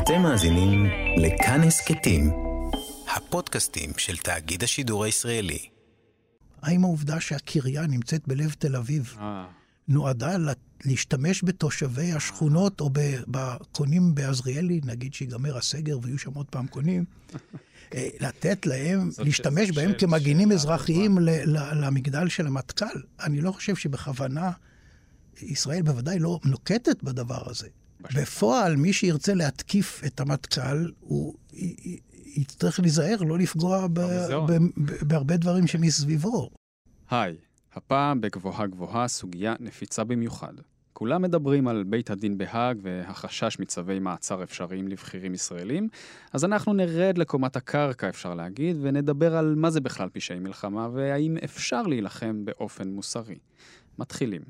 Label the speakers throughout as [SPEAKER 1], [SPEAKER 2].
[SPEAKER 1] אתם מאזינים לכאן הסכתים, הפודקאסטים של תאגיד השידור הישראלי.
[SPEAKER 2] האם העובדה שהקריה נמצאת בלב תל אביב נועדה להשתמש בתושבי השכונות או בקונים בעזריאלי, נגיד שיגמר הסגר ויהיו שם עוד פעם קונים, לתת להם, להשתמש בהם כמגינים אזרחיים למגדל של המטכ"ל? אני לא חושב שבכוונה ישראל בוודאי לא נוקטת בדבר הזה. בפועל, מי שירצה להתקיף את המטכ"ל, הוא יצטרך להיזהר, לא לפגוע בהרבה דברים שמסביבו.
[SPEAKER 3] היי, הפעם בגבוהה גבוהה סוגיה נפיצה במיוחד. כולם מדברים על בית הדין בהאג והחשש מצווי מעצר אפשריים לבחירים ישראלים, אז אנחנו נרד לקומת הקרקע, אפשר להגיד, ונדבר על מה זה בכלל פשעי מלחמה, והאם אפשר להילחם באופן מוסרי. מתחילים.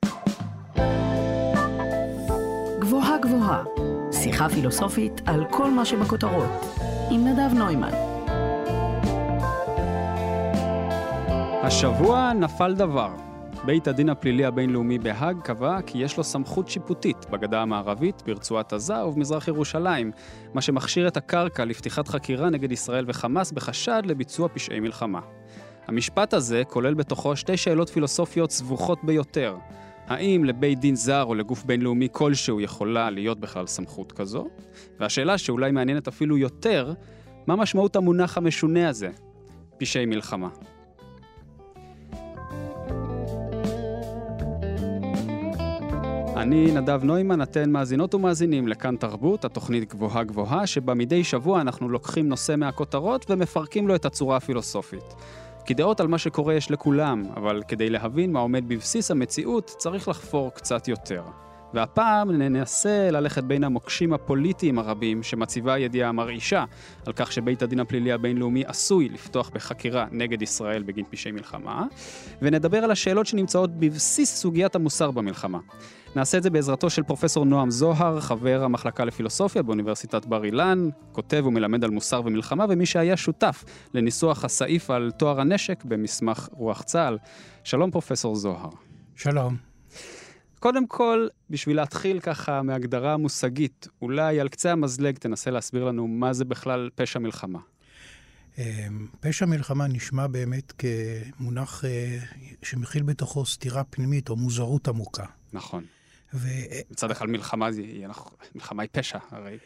[SPEAKER 4] גבוהה גבוהה, שיחה פילוסופית על כל מה שבכותרות, עם נדב נוימן.
[SPEAKER 3] השבוע נפל דבר. בית הדין הפלילי הבינלאומי בהאג קבע כי יש לו סמכות שיפוטית בגדה המערבית, ברצועת עזה ובמזרח ירושלים, מה שמכשיר את הקרקע לפתיחת חקירה נגד ישראל וחמאס בחשד לביצוע פשעי מלחמה. המשפט הזה כולל בתוכו שתי שאלות פילוסופיות סבוכות ביותר. האם לבית דין זר או לגוף בינלאומי כלשהו יכולה להיות בכלל סמכות כזו? והשאלה שאולי מעניינת אפילו יותר, מה משמעות המונח המשונה הזה? פשעי מלחמה. אני נדב נוימן, אתן מאזינות ומאזינים לכאן תרבות, התוכנית גבוהה גבוהה, שבה מדי שבוע אנחנו לוקחים נושא מהכותרות ומפרקים לו את הצורה הפילוסופית. כי דעות על מה שקורה יש לכולם, אבל כדי להבין מה עומד בבסיס המציאות, צריך לחפור קצת יותר. והפעם ננסה ללכת בין המוקשים הפוליטיים הרבים שמציבה הידיעה המרעישה על כך שבית הדין הפלילי הבינלאומי עשוי לפתוח בחקירה נגד ישראל בגין פשעי מלחמה, ונדבר על השאלות שנמצאות בבסיס סוגיית המוסר במלחמה. נעשה את זה בעזרתו של פרופסור נועם זוהר, חבר המחלקה לפילוסופיה באוניברסיטת בר אילן, כותב ומלמד על מוסר ומלחמה, ומי שהיה שותף לניסוח הסעיף על תואר הנשק במסמך רוח צה"ל. שלום פרופסור זוהר.
[SPEAKER 2] שלום.
[SPEAKER 3] קודם כל, בשביל להתחיל ככה מהגדרה המושגית, אולי על קצה המזלג תנסה להסביר לנו מה זה בכלל פשע מלחמה.
[SPEAKER 2] פשע מלחמה נשמע באמת כמונח שמכיל בתוכו סתירה פנימית או מוזרות עמוקה.
[SPEAKER 3] נכון. מצד אחד מלחמה היא פשע, הרי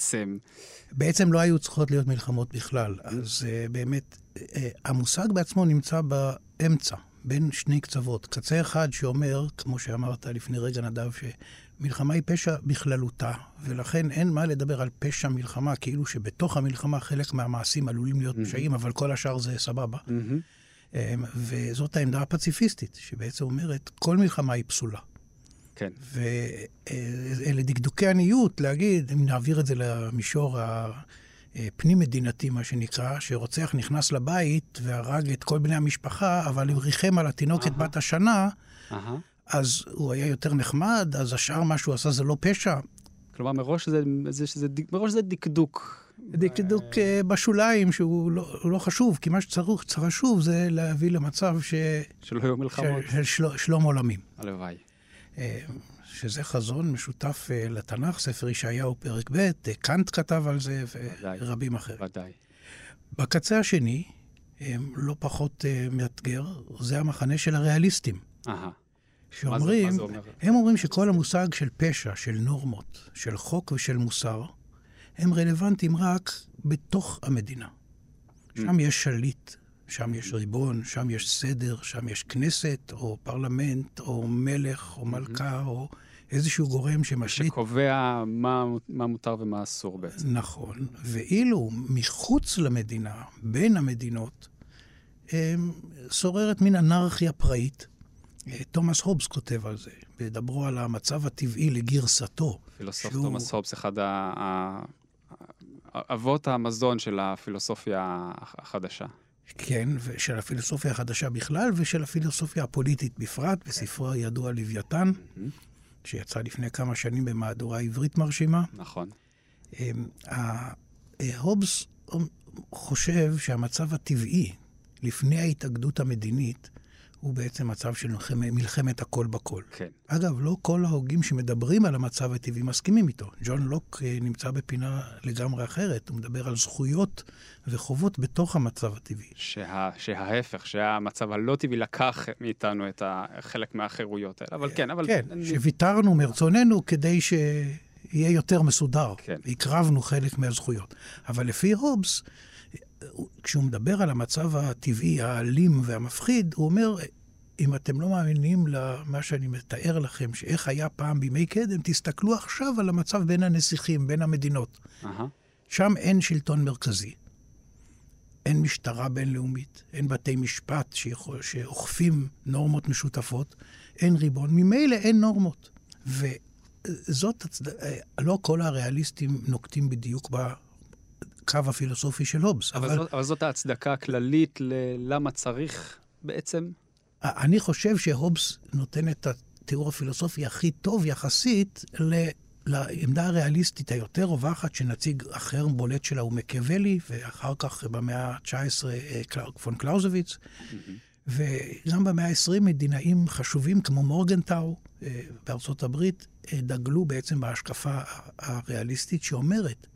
[SPEAKER 3] בעצם
[SPEAKER 2] לא היו צריכות להיות מלחמות בכלל. אז באמת, המושג בעצמו נמצא באמצע, בין שני קצוות. קצה אחד שאומר, כמו שאמרת לפני רגע נדב, שמלחמה היא פשע בכללותה, ולכן אין מה לדבר על פשע מלחמה, כאילו שבתוך המלחמה חלק מהמעשים עלולים להיות פשעים, אבל כל השאר זה סבבה. וזאת העמדה הפציפיסטית, שבעצם אומרת, כל מלחמה היא פסולה.
[SPEAKER 3] כן.
[SPEAKER 2] ואלה דקדוקי עניות להגיד, אם נעביר את זה למישור הפנים מדינתי, מה שנקרא, שרוצח נכנס לבית והרג את כל בני המשפחה, אבל הוא ריחם על התינוקת בת השנה, אז הוא היה יותר נחמד, אז השאר מה שהוא עשה זה לא פשע.
[SPEAKER 3] כלומר, מראש זה דקדוק.
[SPEAKER 2] דקדוק בשוליים שהוא לא חשוב, כי מה שצריך חשוב זה להביא למצב
[SPEAKER 3] שלא יהיו מלחמות.
[SPEAKER 2] של שלום עולמים.
[SPEAKER 3] הלוואי.
[SPEAKER 2] שזה חזון משותף לתנ"ך, ספר ישעיהו פרק ב', קאנט כתב על זה ורבים אחרים.
[SPEAKER 3] ודאי.
[SPEAKER 2] בקצה השני, לא פחות מאתגר, זה המחנה של הריאליסטים. שאומרים, הם אומרים שכל המושג של פשע, של נורמות, של חוק ושל מוסר, הם רלוונטיים רק בתוך המדינה. שם יש שליט, שם יש ריבון, שם יש סדר, שם יש כנסת, או פרלמנט, או מלך, או מלכה, או איזשהו גורם שמשליט.
[SPEAKER 3] שקובע מה מותר ומה אסור בעצם.
[SPEAKER 2] נכון. ואילו מחוץ למדינה, בין המדינות, שוררת מין אנרכיה פראית. תומאס הובס כותב על זה, ודברו על המצב הטבעי לגרסתו.
[SPEAKER 3] פילוסוף תומאס הובס, אחד אבות המזון של הפילוסופיה החדשה.
[SPEAKER 2] כן, ושל הפילוסופיה החדשה בכלל, ושל הפילוסופיה הפוליטית בפרט, בספרו הידוע לוויתן, שיצא לפני כמה שנים במהדורה עברית מרשימה.
[SPEAKER 3] נכון.
[SPEAKER 2] הובס חושב שהמצב הטבעי, לפני ההתאגדות המדינית, הוא בעצם מצב של מלחמת הכל בכל.
[SPEAKER 3] כן.
[SPEAKER 2] אגב, לא כל ההוגים שמדברים על המצב הטבעי מסכימים איתו. ג'ון לוק נמצא בפינה לגמרי אחרת. הוא מדבר על זכויות וחובות בתוך המצב הטבעי.
[SPEAKER 3] שההפך, שהמצב הלא טבעי לקח מאיתנו את חלק מהחירויות האלה. אבל כן, אבל...
[SPEAKER 2] כן, שוויתרנו מרצוננו כדי שיהיה יותר מסודר. כן. הקרבנו חלק מהזכויות. אבל לפי הובס, כשהוא מדבר על המצב הטבעי, האלים והמפחיד, הוא אומר, אם אתם לא מאמינים למה שאני מתאר לכם, שאיך היה פעם בימי קדם, תסתכלו עכשיו על המצב בין הנסיכים, בין המדינות. שם אין שלטון מרכזי. אין משטרה בינלאומית, אין בתי משפט שאוכפים נורמות משותפות, אין ריבון, ממילא אין נורמות. וזאת, לא כל הריאליסטים נוקטים בדיוק קו הפילוסופי של הובס.
[SPEAKER 3] אבל זאת ההצדקה הכללית למה צריך בעצם?
[SPEAKER 2] אני חושב שהובס נותן את התיאור הפילוסופי הכי טוב יחסית לעמדה הריאליסטית היותר רווחת, שנציג אחר בולט שלה הוא מקאוולי, ואחר כך במאה ה-19 פון קלאוזוויץ, וגם במאה ה-20 מדינאים חשובים כמו מורגנטאו בארצות הברית, דגלו בעצם בהשקפה הריאליסטית שאומרת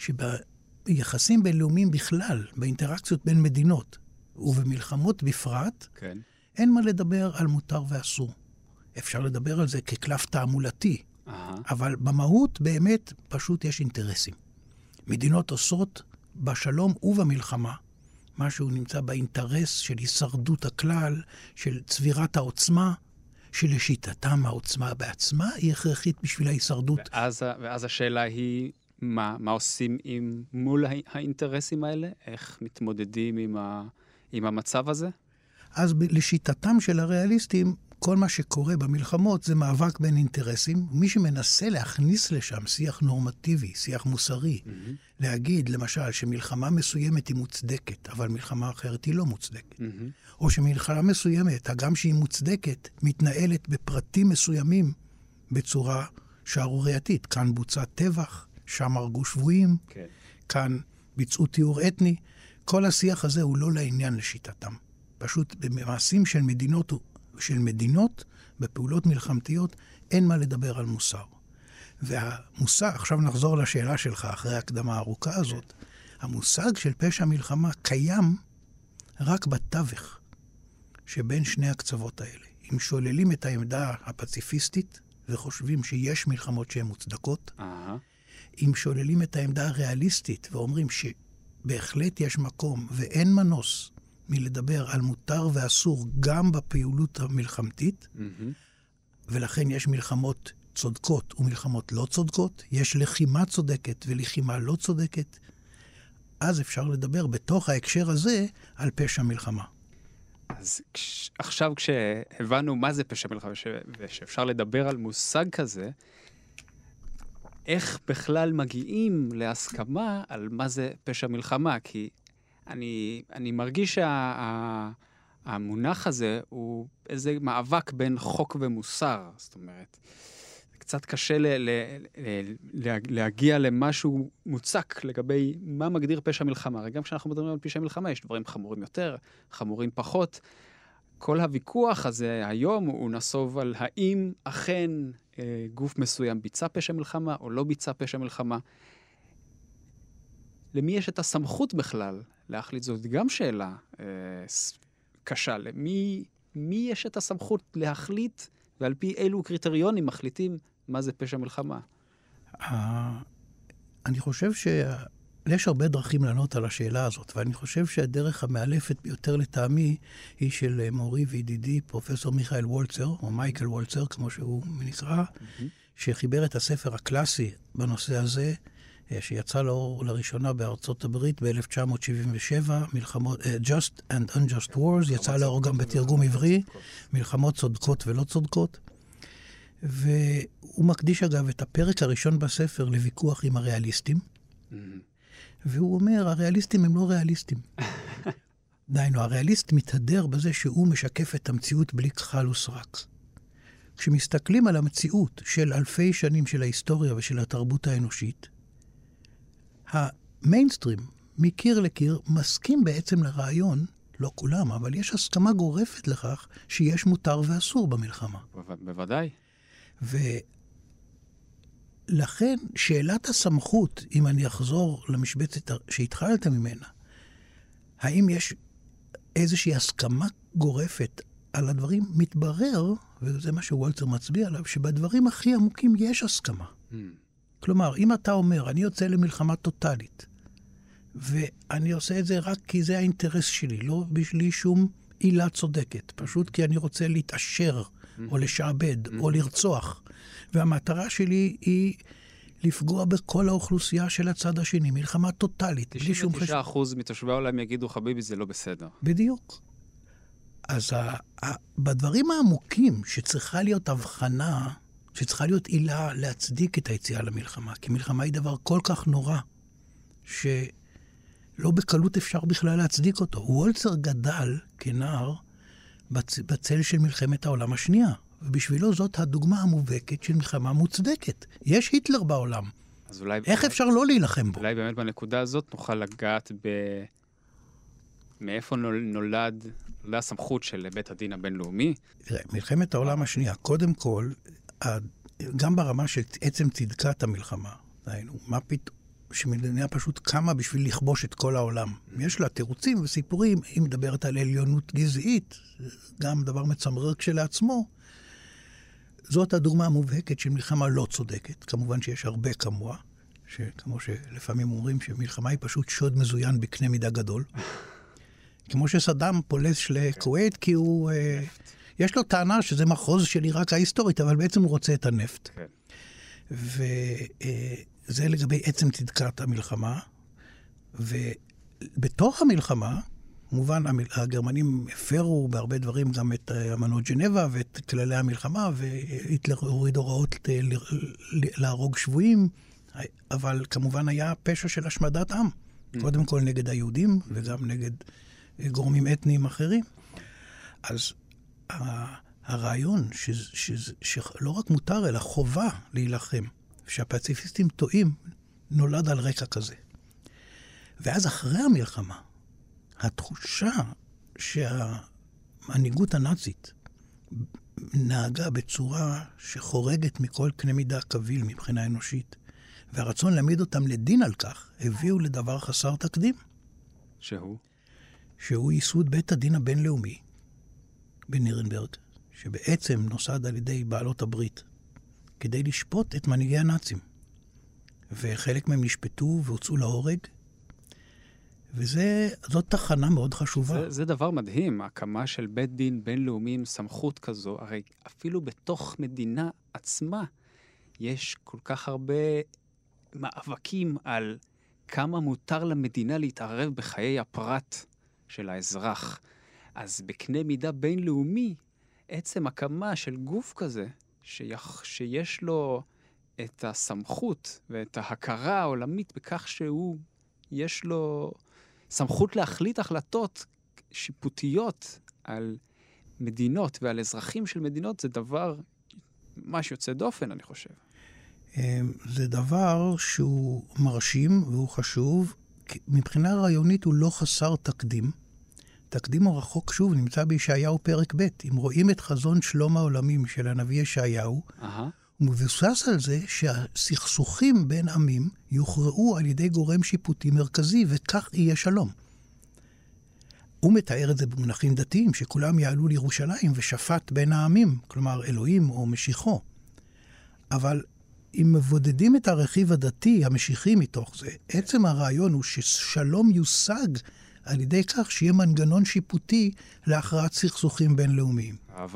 [SPEAKER 2] יחסים בינלאומיים בכלל, באינטראקציות בין מדינות, ובמלחמות בפרט, כן. אין מה לדבר על מותר ואסור. אפשר לדבר על זה כקלף תעמולתי, אבל במהות באמת פשוט יש אינטרסים. מדינות עושות בשלום ובמלחמה, משהו נמצא באינטרס של הישרדות הכלל, של צבירת העוצמה, שלשיטתם העוצמה בעצמה היא הכרחית בשביל ההישרדות.
[SPEAKER 3] ואז השאלה היא... מה עושים מול האינטרסים האלה? איך מתמודדים עם המצב הזה?
[SPEAKER 2] אז לשיטתם של הריאליסטים, כל מה שקורה במלחמות זה מאבק בין אינטרסים, ומי שמנסה להכניס לשם שיח נורמטיבי, שיח מוסרי, להגיד למשל שמלחמה מסוימת היא מוצדקת, אבל מלחמה אחרת היא לא מוצדקת. או שמלחמה מסוימת, הגם שהיא מוצדקת, מתנהלת בפרטים מסוימים בצורה שערורייתית. כאן בוצע טבח, שם הרגו שבויים, כן. כאן ביצעו תיאור אתני. כל השיח הזה הוא לא לעניין לשיטתם. פשוט במעשים של מדינות, בפעולות מלחמתיות, אין מה לדבר על מוסר. והמושג, עכשיו נחזור לשאלה שלך אחרי ההקדמה הארוכה הזאת, המושג של פשע מלחמה קיים רק בתווך שבין שני הקצוות האלה. אם שוללים את העמדה הפציפיסטית וחושבים שיש מלחמות שהן מוצדקות, אם שוללים את העמדה הריאליסטית ואומרים שבהחלט יש מקום ואין מנוס מלדבר על מותר ואסור גם בפעילות המלחמתית, ולכן יש מלחמות צודקות ומלחמות לא צודקות, יש לחימה צודקת ולחימה לא צודקת, אז אפשר לדבר בתוך ההקשר הזה על פשע מלחמה.
[SPEAKER 3] אז עכשיו כשהבנו מה זה פשע מלחמה ושאפשר לדבר על מושג כזה, איך בכלל מגיעים להסכמה על מה זה פשע מלחמה? כי אני מרגיש שהמונח הזה הוא איזה מאבק בין חוק ומוסר. זאת אומרת, קצת קשה להגיע למשהו מוצק לגבי מה מגדיר פשע מלחמה. הרי גם כשאנחנו מדברים על פשע מלחמה, יש דברים חמורים יותר, חמורים פחות. כל הוויכוח הזה היום הוא נסוב על האם אכן גוף מסוים ביצע פשע מלחמה או לא ביצע פשע מלחמה. למי יש את הסמכות בכלל להחליט? זאת גם שאלה קשה. למי יש את הסמכות להחליט, ועל פי אילו קריטריונים מחליטים מה זה פשע מלחמה?
[SPEAKER 2] אני חושב יש הרבה דרכים לענות על השאלה הזאת, ואני חושב שהדרך המאלפת ביותר לטעמי היא של מורי וידידי פרופסור מיכאל וולצר, או מייקל וולצר, כמו שהוא נקרא, שחיבר את הספר הקלאסי בנושא הזה, שיצא לו לראשונה בארצות הברית ב-1977, מלחמות, Just and Unjust Wars, יצא לאור גם בתרגום עברי, מלחמות צודקות ולא צודקות, והוא מקדיש אגב את הפרק הראשון בספר לוויכוח עם הריאליסטים, והוא אומר, הריאליסטים הם לא ריאליסטים. דיינו, הריאליסט מתהדר בזה שהוא משקף את המציאות בלי כחל וסרק. כשמסתכלים על המציאות של אלפי שנים של ההיסטוריה ושל התרבות האנושית, המיינסטרים, מקיר לקיר, מסכים בעצם לרעיון לא כולם, אבל יש הסכמה גורפת לכך שיש מותר ואסור במלחמה.
[SPEAKER 3] בוודאי.
[SPEAKER 2] ולכן שאלת הסמכות, אם אני אחזור למשבצת שהתחלת ממנה, האם יש איזושהי הסכמה גורפת על הדברים, מתברר, וזה מה שוולטר מצביע עליו, שבדברים הכי עמוקים יש הסכמה. כלומר, אם אתה אומר, אני יוצא למלחמה טוטלית, ואני עושה את זה רק כי זה האינטרס שלי, לא בשבילי שום עילה צודקת, פשוט כי אני רוצה להתעשר, או לשעבד, או לרצוח. והמטרה שלי היא לפגוע בכל האוכלוסייה של הצד השני, מלחמה טוטלית.
[SPEAKER 3] 99% מתושבי העולם יגידו, חביבי, זה לא בסדר.
[SPEAKER 2] בדיוק. אז בדברים העמוקים שצריכה להיות הבחנה, שצריכה להיות עילה להצדיק את היציאה למלחמה, כי מלחמה היא דבר כל כך נורא, שלא בקלות אפשר בכלל להצדיק אותו. וולצר גדל כנער בצל של מלחמת העולם השנייה, ובשבילו זאת הדוגמה המובהקת של מלחמה מוצדקת. יש היטלר בעולם.
[SPEAKER 3] אז אולי,
[SPEAKER 2] איך אפשר לא להילחם בו?
[SPEAKER 3] אולי באמת בנקודה הזאת נוכל לגעת מאיפה נולד הסמכות של בית הדין הבינלאומי.
[SPEAKER 2] תראה, מלחמת העולם השנייה, קודם כל, גם ברמה של עצם צדקת המלחמה, מה פתאום, שמדינה פשוט קמה בשביל לכבוש את כל העולם. יש לה תירוצים וסיפורים, היא מדברת על עליונות גזעית, גם דבר מצמרר כשלעצמו. זאת הדוגמה המובהקת של מלחמה לא צודקת. כמובן שיש הרבה כמוה, כמו שלפעמים אומרים שמלחמה היא פשוט שוד מזוין בקנה מידה גדול. כמו שסדאם פולש לכווית, כי הוא... יש לו טענה שזה מחוז של עיראק ההיסטורית, אבל בעצם הוא רוצה את הנפט. וזה לגבי עצם צדקת המלחמה. ובתוך המלחמה, כמובן, הגרמנים הפרו בהרבה דברים גם את אמנות ג'נבה ואת כללי המלחמה, והיטלר הוריד הוראות להרוג שבויים, אבל כמובן היה פשע של השמדת עם. קודם כל נגד היהודים וגם נגד גורמים אתניים אחרים. אז הרעיון שלא רק מותר, אלא חובה להילחם, שהפציפיסטים טועים, נולד על רקע כזה. ואז אחרי המלחמה, התחושה שהמנהיגות הנאצית נהגה בצורה שחורגת מכל קנה מידה קביל מבחינה אנושית, והרצון להעמיד אותם לדין על כך, הביאו לדבר חסר תקדים. שהוא ייסוד בית הדין הבינלאומי בנירנברג, שבעצם נוסד על ידי בעלות הברית, כדי לשפוט את מנהיגי הנאצים. וחלק מהם נשפטו והוצאו להורג, וזאת תחנה מאוד חשובה.
[SPEAKER 3] זה דבר מדהים, הקמה של בית דין בינלאומי עם סמכות כזו, הרי אפילו בתוך מדינה עצמה, יש כל כך הרבה מאבקים על כמה מותר למדינה להתערב בחיי הפרט של האזרח. אז בקנה מידה בינלאומי, עצם הקמה של גוף כזה, שיש לו את הסמכות ואת ההכרה העולמית בכך שהוא, יש לו סמכות להחליט החלטות שיפוטיות על מדינות ועל אזרחים של מדינות, זה דבר ממש יוצא דופן, אני חושב.
[SPEAKER 2] זה דבר שהוא מרשים והוא חשוב. מבחינה רעיונית הוא לא חסר תקדים. תקדים הוא רחוק שוב, נמצא בישעיהו פרק ב'. אם רואים את חזון שלום העולמים של הנביא ישעיהו, הוא מבוסס על זה שהסכסוכים בין עמים יוכרעו על ידי גורם שיפוטי מרכזי, וכך יהיה שלום. הוא מתאר את זה במונחים דתיים, שכולם יעלו לירושלים ושפט בין העמים, כלומר אלוהים או משיחו. אבל אם מבודדים את הרכיב הדתי המשיחי מתוך זה, עצם הרעיון הוא ששלום יושג על ידי כך שיהיה מנגנון שיפוטי להכרעת סכסוכים בינלאומיים.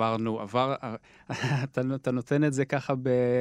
[SPEAKER 3] אתה נותן את זה ככה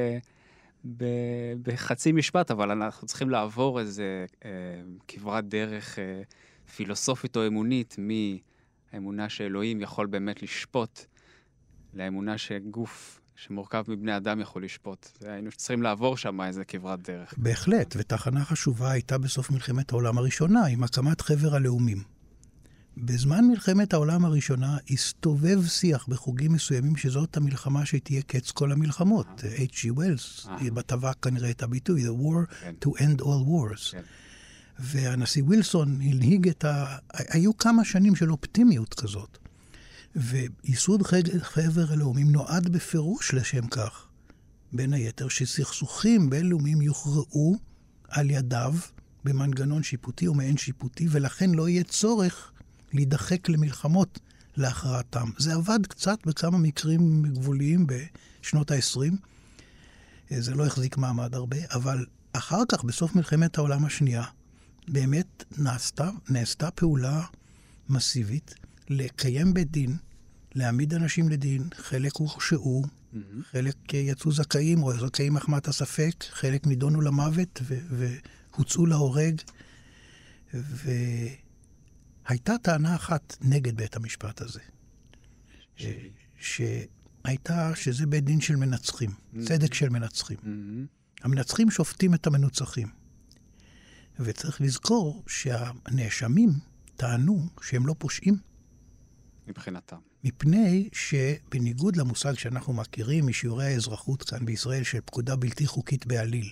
[SPEAKER 3] בחצי משפט, אבל אנחנו צריכים לעבור איזה כברת דרך פילוסופית או אמונית, מהאמונה שאלוהים יכול באמת לשפוט, לאמונה שגוף שמורכב מבני אדם יכול לשפוט. היינו צריכים לעבור שם איזה כברת דרך.
[SPEAKER 2] בהחלט, ותחנה חשובה הייתה בסוף מלחמת העולם הראשונה, עם הקמת חבר הלאומים. בזמן מלחמת העולם הראשונה הסתובב שיח בחוגים מסוימים שזאת המלחמה שתהיה קץ כל המלחמות. H.G. Wells, בטבע כנראה את הביטוי, The War to End All Wars. והנשיא ווילסון הנהיג היו כמה שנים של אופטימיות כזאת. וייסוד חבר הלאומים נועד בפירוש לשם כך, בין היתר שסכסוכים בינלאומיים יוכרעו על ידיו במנגנון שיפוטי ומעין שיפוטי, ולכן לא יהיה צורך להידחק למלחמות להכרעתם. זה עבד קצת בכמה מקרים גבוליים בשנות ה-20. זה לא החזיק מעמד הרבה, אבל אחר כך, בסוף מלחמת העולם השנייה, באמת נעשתה פעולה מסיבית לקיים בית דין, להעמיד אנשים לדין, חלק הורשעו, חלק יצאו זכאים או זכאים מחמת הספק, חלק נידונו למוות והוצאו להורג. והייתה טענה אחת נגד בית המשפט הזה, שהייתה שזה בית דין של מנצחים, צדק של מנצחים. המנצחים שופטים את המנוצחים. וצריך לזכור שהנאשמים טענו שהם לא פושעים.
[SPEAKER 3] מבחינתם.
[SPEAKER 2] מפני שבניגוד למושג שאנחנו מכירים משיעורי האזרחות כאן בישראל, של פקודה בלתי חוקית בעליל,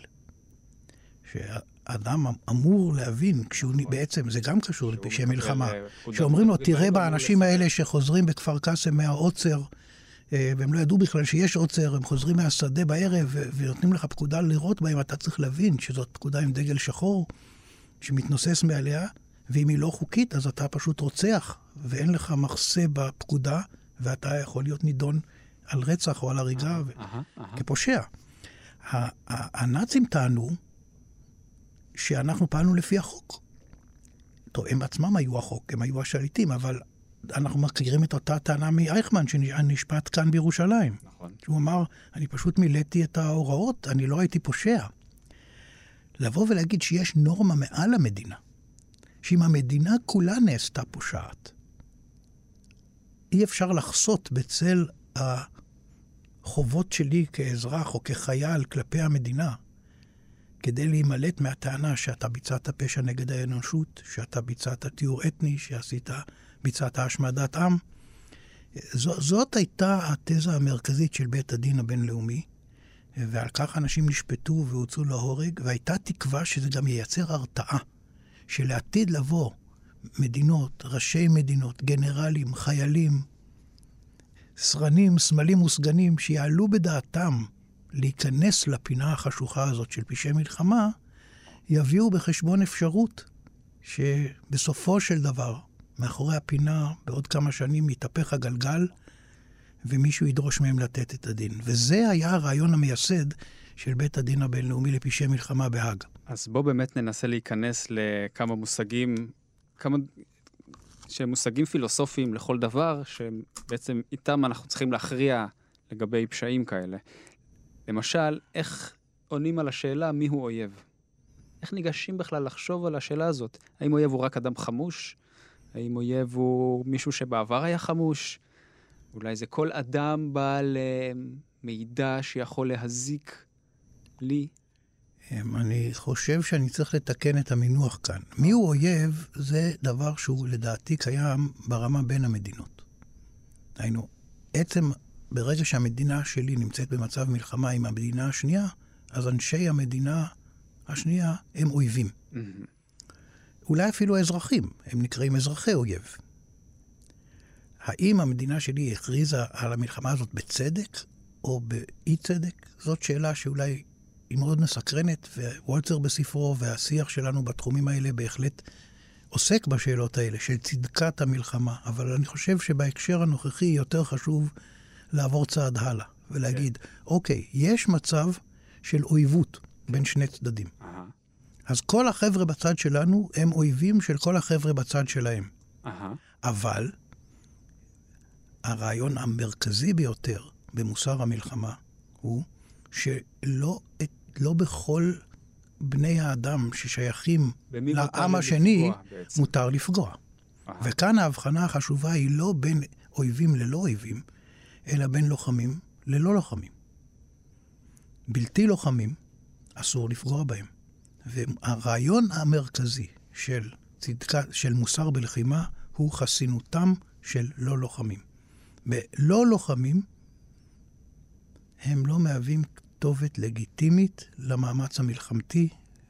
[SPEAKER 2] שאדם אמור להבין, כשהוא בעצם, זה גם קשור לפשעי מלחמה, שאומרים לו, תראה באנשים האלה שחוזרים בכפר קאסם מהעוצר, והם לא ידעו בכלל שיש עוצר, הם חוזרים מהשדה בערב, ונותנים לך פקודה לראות בהם, אתה צריך להבין שזאת פקודה עם דגל שחור, שמתנוסס מעליה, ואם היא לא חוקית, אז אתה פשוט רוצח, ואין לך מחסה בפקודה, ואתה יכול להיות נידון על רצח או על הריגה כפושע. הנאצים טענו שאנחנו פעלנו לפי החוק. טוב, הם עצמם היו החוק, הם היו השליטים, אבל אנחנו מכירים את אותה טענה מאייכמן, שנשפט כאן בירושלים.
[SPEAKER 3] נכון.
[SPEAKER 2] שהוא אמר, אני פשוט מילאתי את ההוראות, אני לא הייתי פושע. לבוא ולהגיד שיש נורמה מעל המדינה, שאם המדינה כולה נעשתה פושעת, אי אפשר לחסות בצל החובות שלי כאזרח או כחייל כלפי המדינה, כדי להימלט מהטענה שאתה ביצעת פשע נגד האנושות, שאתה ביצעת טיהור אתני, ביצעת השמדת עם. זאת הייתה התזה המרכזית של בית הדין הבינלאומי, ועל כך אנשים נשפטו והוצאו להורג, והייתה תקווה שזה גם ייצר הרתעה, שלעתיד לבוא מדינות, ראשי מדינות, גנרלים, חיילים, סרנים, סמלים וסגנים, שיעלו בדעתם להיכנס לפינה החשוכה הזאת של פשעי מלחמה, יביאו בחשבון אפשרות שבסופו של דבר, מאחורי הפינה, בעוד כמה שנים יתהפך הגלגל, ומישהו ידרוש מהם לתת את הדין. וזה היה הרעיון המייסד של בית הדין הבינלאומי לפשעי מלחמה בהאג.
[SPEAKER 3] אז בוא באמת ננסה להיכנס לכמה מושגים, שהם מושגים פילוסופיים לכל דבר, שבעצם איתם אנחנו צריכים להכריע לגבי פשעים כאלה. למשל, איך עונים על השאלה מיהו אויב? איך ניגשים בכלל לחשוב על השאלה הזאת? האם אויב הוא רק אדם חמוש? האם אויב הוא מישהו שבעבר היה חמוש? אולי זה כל אדם בעל מידע שיכול להזיק לי?
[SPEAKER 2] אני חושב שאני צריך לתקן את המינוח כאן. מיהו אויב זה דבר שהוא לדעתי קיים ברמה בין המדינות. היינו, עצם ברגע שהמדינה שלי נמצאת במצב מלחמה עם המדינה השנייה, אז אנשי המדינה השנייה הם אויבים. אולי אפילו האזרחים, הם נקראים אזרחי אויב. האם המדינה שלי הכריזה על המלחמה הזאת בצדק או באי צדק? זאת שאלה שאולי היא מאוד מסקרנת, ווולצר בספרו והשיח שלנו בתחומים האלה בהחלט עוסק בשאלות האלה של צדקת המלחמה. אבל אני חושב שבהקשר הנוכחי יותר חשוב לעבור צעד הלאה ולהגיד, אוקיי, יש מצב של אויבות בין שני צדדים. אז כל החבר'ה בצד שלנו הם אויבים של כל החבר'ה בצד שלהם. אבל הרעיון המרכזי ביותר במוסר המלחמה הוא שלא בכל בני האדם ששייכים לעם השני מותר לפגוע. וכאן ההבחנה החשובה היא לא בין אויבים ללא אויבים, אלא בין לוחמים ללא לוחמים. בלתי לוחמים אסור לפגוע בהם. והרעיון המרכזי של מוסר בלחימה הוא חסינותם של לא לוחמים. ולא לוחמים הם לא מהווים כתובת לגיטימית למאמץ המלחמתי,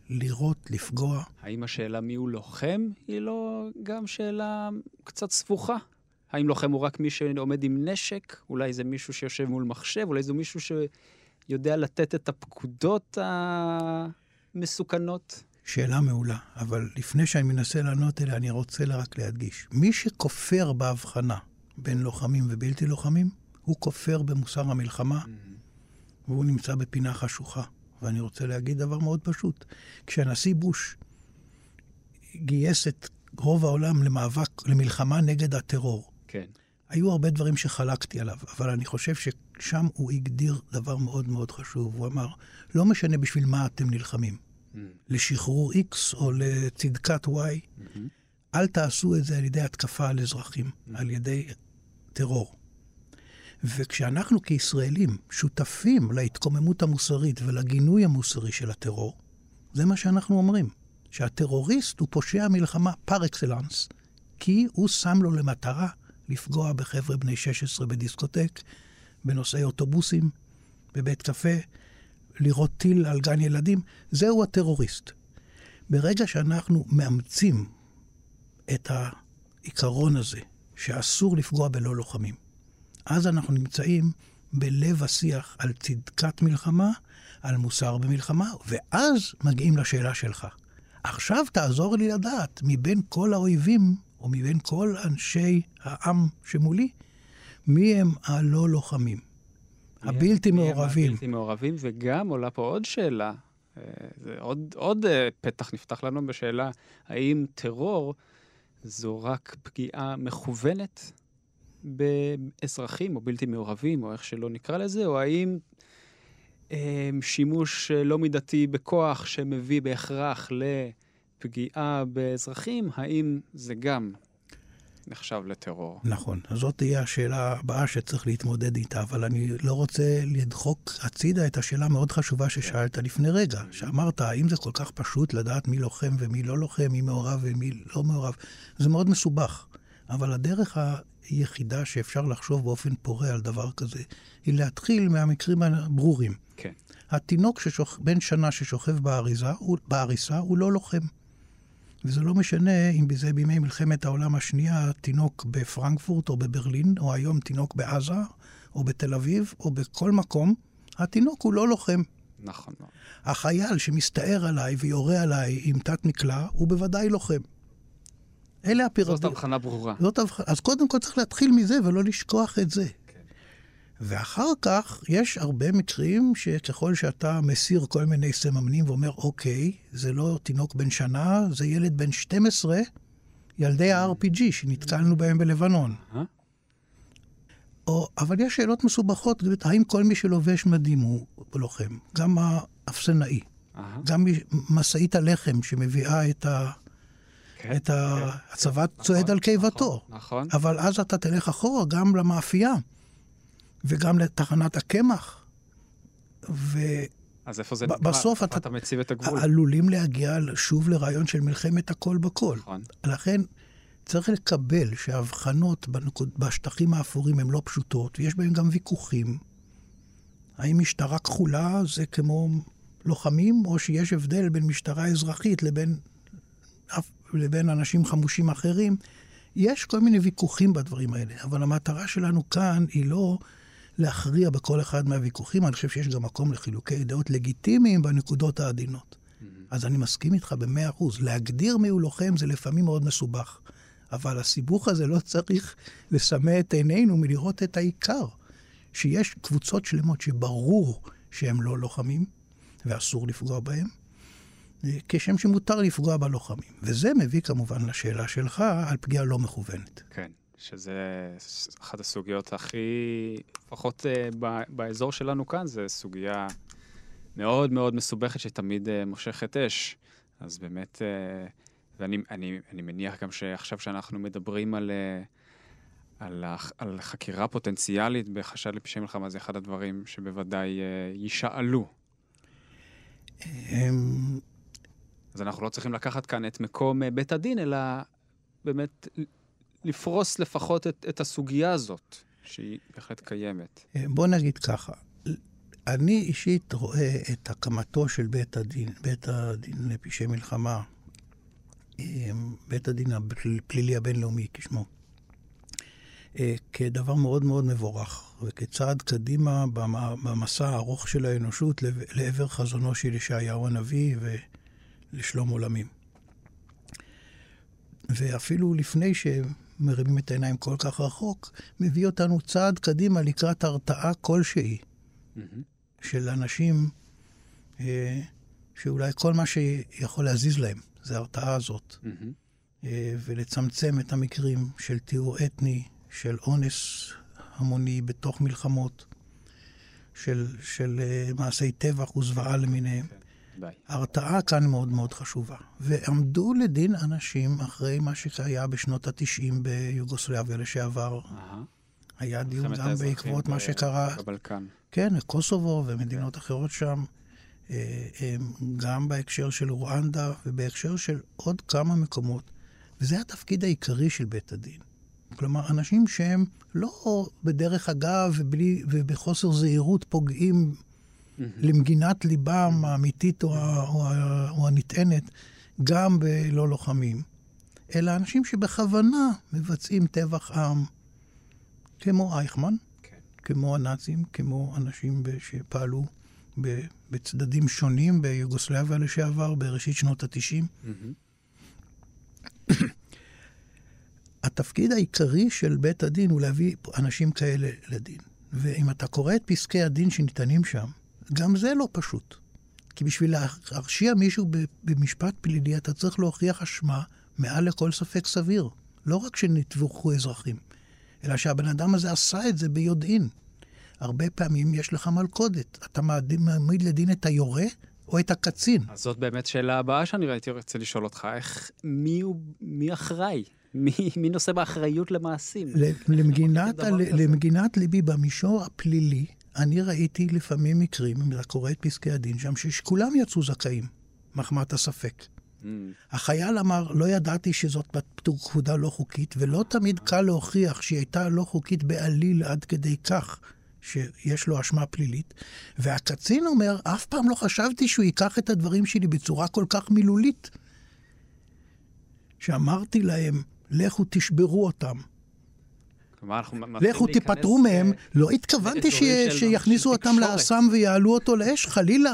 [SPEAKER 2] לירות, לפגוע.
[SPEAKER 3] האם השאלה מי הוא לוחם היא לא גם שאלה קצת סבוכה? האם לוחם הוא רק מי שעומד עם נשק? אולי זה מישהו שיושב מול מחשב? אולי זה מישהו שיודע לתת את הפקודות המסוכנות?
[SPEAKER 2] שאלה מעולה, אבל לפני שאני מנסה לענות אליה, אני רוצה רק להדגיש. מי שכופר בהבחנה בין לוחמים ובלתי לוחמים, הוא כופר במוסר המלחמה, והוא נמצא בפינה חשוכה. ואני רוצה להגיד דבר מאוד פשוט. כשהנשיא בוש גייס את רוב העולם למלחמה נגד הטרור,
[SPEAKER 3] כן.
[SPEAKER 2] היו הרבה דברים שחלקתי עליו, אבל אני חושב ששם הוא הגדיר דבר מאוד מאוד חשוב. הוא אמר, לא משנה בשביל מה אתם נלחמים. לשחרור X או לצדקת Y, אל תעשו את זה על ידי התקפה על אזרחים, על ידי טרור. וכשאנחנו כישראלים שותפים להתקוממות המוסרית ולגינוי המוסרי של הטרור, זה מה שאנחנו אומרים, שהטרוריסט הוא פושע מלחמה פר אקסלנס, כי הוא שם לו למטרה לפגוע בחבר'ה בני 16 בדיסקוטק, בנושאי אוטובוסים, בבית קפה, לירות טיל על גן ילדים, זהו הטרוריסט. ברגע שאנחנו מאמצים את העיקרון הזה, שאסור לפגוע בלא לוחמים, אז אנחנו נמצאים בלב השיח על צדקת מלחמה, על מוסר במלחמה, ואז מגיעים לשאלה שלך. עכשיו תעזור לי לדעת, מבין כל האויבים, או מבין כל אנשי העם שמולי, מי הם הלא לוחמים? הבלתי מעורבים.
[SPEAKER 3] הבלתי מעורבים, וגם עולה פה עוד שאלה, עוד פתח נפתח לנו בשאלה, האם טרור זו רק פגיעה מכוונת באזרחים או בלתי מעורבים, או איך שלא נקרא לזה, או האם שימוש לא מידתי בכוח שמביא בהכרח לפגיעה באזרחים, האם זה גם נחשב לטרור?
[SPEAKER 2] נכון, אז זאת תהיה השאלה הבאה שצריך להתמודד איתה, אבל אני לא רוצה לדחוק הצידה את השאלה המאוד חשובה ששאלת לפני רגע, שאמרת, האם זה כל כך פשוט לדעת מי לוחם ומי לא לוחם, מי מעורב ומי לא מעורב? זה מאוד מסובך, אבל הדרך היחידה שאפשר לחשוב באופן פורה על דבר כזה, היא להתחיל מהמקרים הברורים.
[SPEAKER 3] כן.
[SPEAKER 2] התינוק בן שנה ששוכב בעריסה הוא לא לוחם. וזה לא משנה אם זה בימי מלחמת העולם השנייה, תינוק בפרנקפורט או בברלין, או היום תינוק בעזה, או בתל אביב, או בכל מקום, התינוק הוא לא לוחם.
[SPEAKER 3] נכון.
[SPEAKER 2] החייל שמסתער עליי ויורה עליי עם תת מקלע, הוא בוודאי לוחם. אלה הפירטים.
[SPEAKER 3] זאת הבחנה ברורה.
[SPEAKER 2] אז קודם כל צריך להתחיל מזה ולא לשכוח את זה. ואחר כך יש הרבה מקרים שככל שאתה מסיר כל מיני סממנים ואומר, אוקיי, זה לא תינוק בן שנה, זה ילד בן 12, ילדי ה-RPG שנתקלנו בהם בלבנון. אבל יש שאלות מסובכות, האם כל מי שלובש מדים הוא לוחם? גם האפסנאי, גם משאית הלחם שמביאה את הצבת צועד על קיבתו. אבל אז אתה תלך אחורה גם למאפייה. וגם לתחנת הקמח.
[SPEAKER 3] אז איפה זה נקרא?
[SPEAKER 2] בסוף
[SPEAKER 3] אתה מציב את הגבול.
[SPEAKER 2] עלולים להגיע שוב לרעיון של מלחמת הכל בכל.
[SPEAKER 3] נכון.
[SPEAKER 2] לכן צריך לקבל שההבחנות בשטחים האפורים הן לא פשוטות, ויש בהן גם ויכוחים. האם משטרה כחולה זה כמו לוחמים, או שיש הבדל בין משטרה אזרחית לבין אנשים חמושים אחרים? יש כל מיני ויכוחים בדברים האלה, אבל המטרה שלנו כאן היא לא להכריע בכל אחד מהוויכוחים. אני חושב שיש גם מקום לחילוקי דעות לגיטימיים בנקודות העדינות. אז אני מסכים איתך ב100%. להגדיר מי הוא לוחם זה לפעמים מאוד מסובך, אבל הסיבוך הזה לא צריך לסמא את עינינו מלראות את העיקר, שיש קבוצות שלמות שברור שהם לא לוחמים, ואסור לפגוע בהם, כשם שמותר לפגוע בלוחמים. וזה מביא כמובן לשאלה שלך על פגיעה לא מכוונת.
[SPEAKER 3] כן, שזה אחת הסוגיות הכי, לפחות באזור שלנו כאן, זה סוגיה מאוד מאוד מסובכת שתמיד מושכת אש. אז באמת, ואני מניח גם שעכשיו שאנחנו מדברים על חקירה פוטנציאלית בחשד לפשעי מלחמה, זה אחד הדברים שבוודאי יישאלו. אז אנחנו לא צריכים לקחת כאן את מקום בית הדין, אלא באמת לפרוס לפחות את הסוגיה הזאת, שהיא בהחלט קיימת.
[SPEAKER 2] בוא נגיד ככה, אני אישית רואה את הקמתו של בית הדין לפשעי מלחמה, בית הדין הפלילי הבינלאומי כשמו, כדבר מאוד מאוד מבורך, וכצעד קדימה במסע הארוך של האנושות לעבר חזונו של ישעיהו הנביא ולשלום עולמים. ואפילו לפני שמרימים את העיניים כל כך רחוק, מביא אותנו צעד קדימה לקראת הרתעה כלשהי של אנשים שאולי כל מה שיכול להזיז להם זה ההרתעה הזאת. ולצמצם את המקרים של טיהור אתני, של אונס המוני בתוך מלחמות, של מעשי טבח וזוועה למיניהם. ההרתעה כאן מאוד מאוד חשובה. ועמדו לדין אנשים אחרי מה שהיה בשנות ה-90 ביוגוסלביה לשעבר. היה דיון גם בעקבות מה שקרה.
[SPEAKER 3] בבלקן.
[SPEAKER 2] כן, קוסובו ומדינות אחרות שם. גם בהקשר של רואנדה ובהקשר של עוד כמה מקומות. וזה התפקיד העיקרי של בית הדין. כלומר, אנשים שהם לא בדרך אגב ובחוסר זהירות פוגעים למגינת ליבם האמיתית או הנטענת, גם בלא לוחמים, אלא אנשים שבכוונה מבצעים טבח עם, כמו אייכמן, כמו הנאצים, כמו אנשים שפעלו בצדדים שונים ביוגוסלביה לשעבר, בראשית שנות ה-90. התפקיד העיקרי של בית הדין הוא להביא אנשים כאלה לדין. ואם אתה קורא את פסקי הדין שניתנים שם, גם זה לא פשוט. כי בשביל להרשיע מישהו במשפט פלילי, אתה צריך להוכיח אשמה מעל לכל ספק סביר. לא רק שנטבחו אזרחים, אלא שהבן אדם הזה עשה את זה ביודעין. הרבה פעמים יש לך מלכודת. אתה מעמיד לדין את היורה או את הקצין.
[SPEAKER 3] אז זאת באמת שאלה הבאה שאני הייתי רוצה לשאול אותך. מי אחראי? מי נושא באחריות למעשים?
[SPEAKER 2] למגינת ליבי במישור הפלילי, אני ראיתי לפעמים מקרים, אם אתה קורא את פסקי הדין שם, שכולם יצאו זכאים, מחמת הספק. החייל אמר, לא ידעתי שזאת פקודה לא חוקית, ולא תמיד קל להוכיח שהיא הייתה לא חוקית בעליל עד כדי כך שיש לו אשמה פלילית. והקצין אומר, אף פעם לא חשבתי שהוא ייקח את הדברים שלי בצורה כל כך מילולית, שאמרתי להם, לכו תשברו אותם. לכו תיפטרו מהם. לא התכוונתי שיכניסו אותם לאסם ויעלו אותו לאש, חלילה.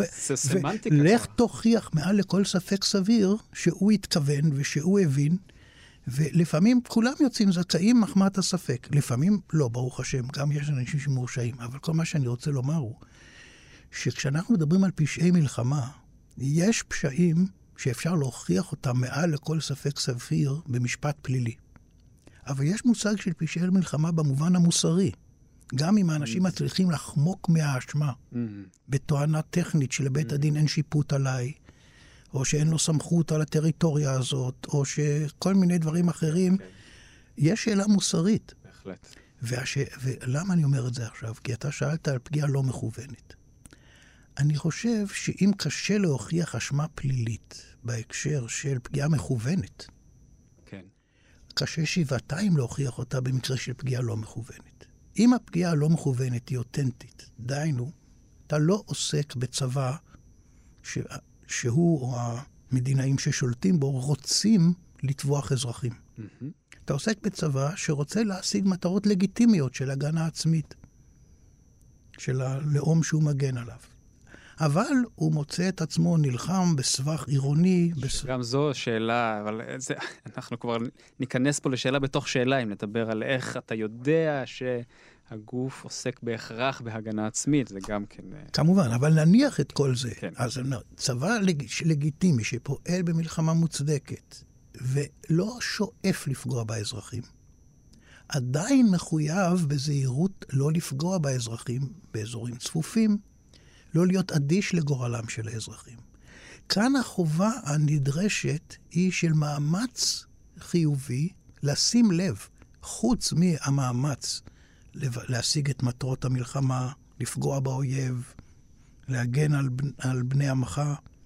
[SPEAKER 2] לך תוכיח מעל לכל ספק סביר שהוא התכוון ושהוא הבין, ולפעמים כולם יוצאים זכאים מחמת הספק. לפעמים לא, ברוך השם, גם יש אנשים שמורשעים. אבל כל מה שאני רוצה לומר הוא, שכשאנחנו מדברים על פשעי מלחמה, יש פשעים שאפשר להוכיח אותם מעל לכל ספק סביר במשפט פלילי. אבל יש מושג של פשעי מלחמה במובן המוסרי. גם אם האנשים מצליחים לחמוק מהאשמה, בתואנה טכנית שלבית הדין אין שיפוט עליי, או שאין לו סמכות על הטריטוריה הזאת, או שכל מיני דברים אחרים, יש שאלה מוסרית.
[SPEAKER 3] בהחלט.
[SPEAKER 2] ולמה אני אומר את זה עכשיו? כי אתה שאלת על פגיעה לא מכוונת. אני חושב שאם קשה להוכיח אשמה פלילית בהקשר של פגיעה מכוונת,
[SPEAKER 3] כן.
[SPEAKER 2] קשה שבעתיים להוכיח אותה במקרה של פגיעה לא מכוונת. אם הפגיעה הלא מכוונת היא אותנטית, דיינו, אתה לא עוסק בצבא שהוא או המדינאים ששולטים בו רוצים לטבוח אזרחים. אתה עוסק בצבא שרוצה להשיג מטרות לגיטימיות של הגנה עצמית, של הלאום שהוא מגן עליו. אבל הוא מוצא את עצמו נלחם בסבך עירוני.
[SPEAKER 3] גם זו שאלה, אבל אנחנו כבר ניכנס פה לשאלה בתוך שאלה, אם נדבר על איך אתה יודע שהגוף עוסק בהכרח בהגנה עצמית, זה גם כן...
[SPEAKER 2] כמובן, אבל נניח את כל זה.
[SPEAKER 3] כן.
[SPEAKER 2] אז צבא לגיטימי שפועל במלחמה מוצדקת, ולא שואף לפגוע באזרחים, עדיין מחויב בזהירות לא לפגוע באזרחים באזורים צפופים, לא להיות אדיש לגורלם של האזרחים. כאן החובה הנדרשת היא של מאמץ חיובי לשים לב, חוץ מהמאמץ להשיג את מטרות המלחמה, לפגוע באויב, להגן על בני עמך.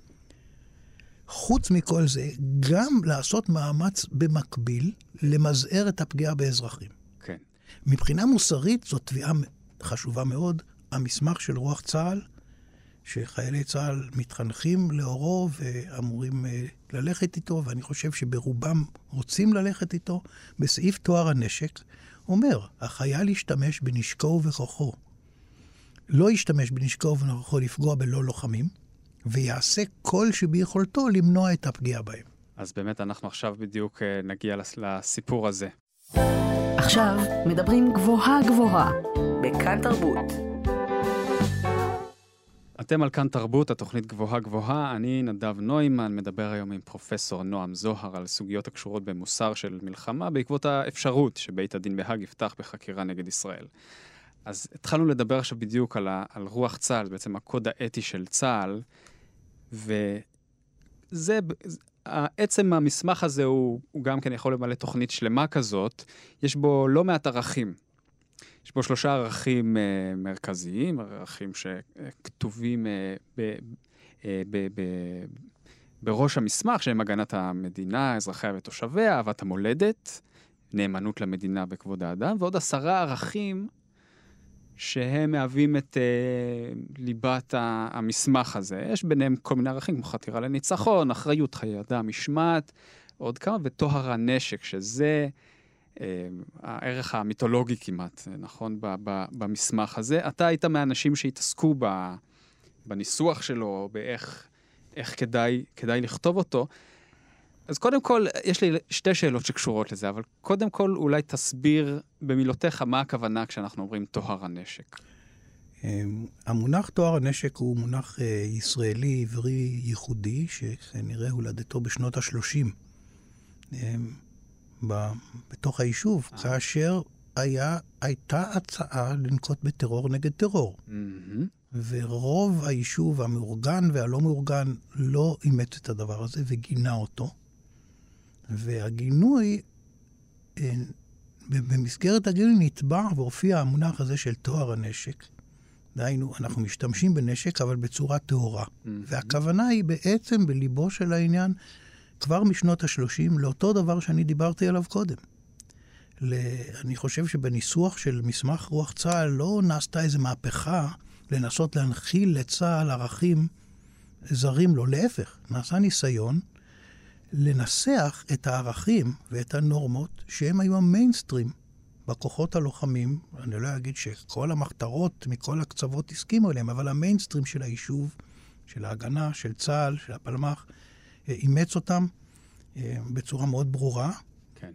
[SPEAKER 2] חוץ מכל זה, גם לעשות מאמץ במקביל למזער את הפגיעה באזרחים.
[SPEAKER 3] כן.
[SPEAKER 2] מבחינה מוסרית זו תביעה חשובה מאוד, המסמך של רוח צה"ל, שחיילי צה"ל מתחנכים לאורו ואמורים ללכת איתו, ואני חושב שברובם רוצים ללכת איתו, בסעיף טוהר הנשק, אומר, החייל ישתמש בנשקו ובכוחו. לא ישתמש בנשקו ובכוחו לפגוע בלא לוחמים, ויעשה כל שביכולתו למנוע את הפגיעה בהם.
[SPEAKER 3] אז באמת אנחנו עכשיו בדיוק נגיע לסיפור הזה.
[SPEAKER 4] עכשיו מדברים גבוהה גבוהה, בכאן תרבות.
[SPEAKER 3] אתם על כאן תרבות, התוכנית גבוהה גבוהה. אני נדב נוימן, מדבר היום עם פרופסור נועם זוהר על סוגיות הקשורות במוסר של מלחמה, בעקבות האפשרות שבית הדין בהאג יפתח בחקירה נגד ישראל. אז התחלנו לדבר עכשיו בדיוק על רוח צה"ל, בעצם הקוד האתי של צה"ל, וזה, עצם המסמך הזה הוא גם כן יכול למלא תוכנית שלמה כזאת, יש בו לא מעט ערכים. יש בו 3 ערכים מרכזיים, ערכים שכתובים בראש המסמך, שהם הגנת המדינה, אזרחיה ותושביה, אהבת המולדת, נאמנות למדינה בכבוד האדם, ועוד 10 ערכים שהם מהווים את ליבת המסמך הזה. יש ביניהם כל מיני ערכים, כמו חתירה לניצחון, אחריות חיי אדם, משמעת, עוד כמה, וטוהר הנשק, שזה הערך המיתולוגי כמעט, נכון, במסמך הזה. אתה היית מהאנשים שהתעסקו בניסוח שלו, באיך כדאי לכתוב אותו. אז קודם כל, יש לי 2 שאלות שקשורות לזה, אבל קודם כל אולי תסביר במילותיך מה הכוונה כשאנחנו אומרים טוהר הנשק.
[SPEAKER 2] המונח טוהר הנשק הוא מונח ישראלי עברי ייחודי, שכנראה הולדתו בשנות ה-30. בתוך היישוב, כאשר הייתה הצעה לנקוט בטרור נגד טרור. ורוב היישוב המאורגן והלא מאורגן לא אימץ את הדבר הזה וגינה אותו. והגינוי, במסגרת הגינוי נטבע והופיע המונח הזה של טוהר הנשק. דהיינו, אנחנו משתמשים בנשק אבל בצורה טהורה. והכוונה היא בעצם בליבו של העניין, כבר משנות ה-30, לאותו דבר שאני דיברתי עליו קודם. אני חושב שבניסוח של מסמך רוח צה"ל לא נעשתה איזו מהפכה לנסות להנחיל לצה"ל ערכים זרים לו. להפך, נעשה ניסיון לנסח את הערכים ואת הנורמות שהם היו המיינסטרים בכוחות הלוחמים. אני לא אגיד שכל המחתרות מכל הקצוות הסכימו אליהם, אבל המיינסטרים של היישוב, של ההגנה, של צה"ל, של הפלמ"ח, אימץ אותם בצורה מאוד ברורה.
[SPEAKER 3] כן.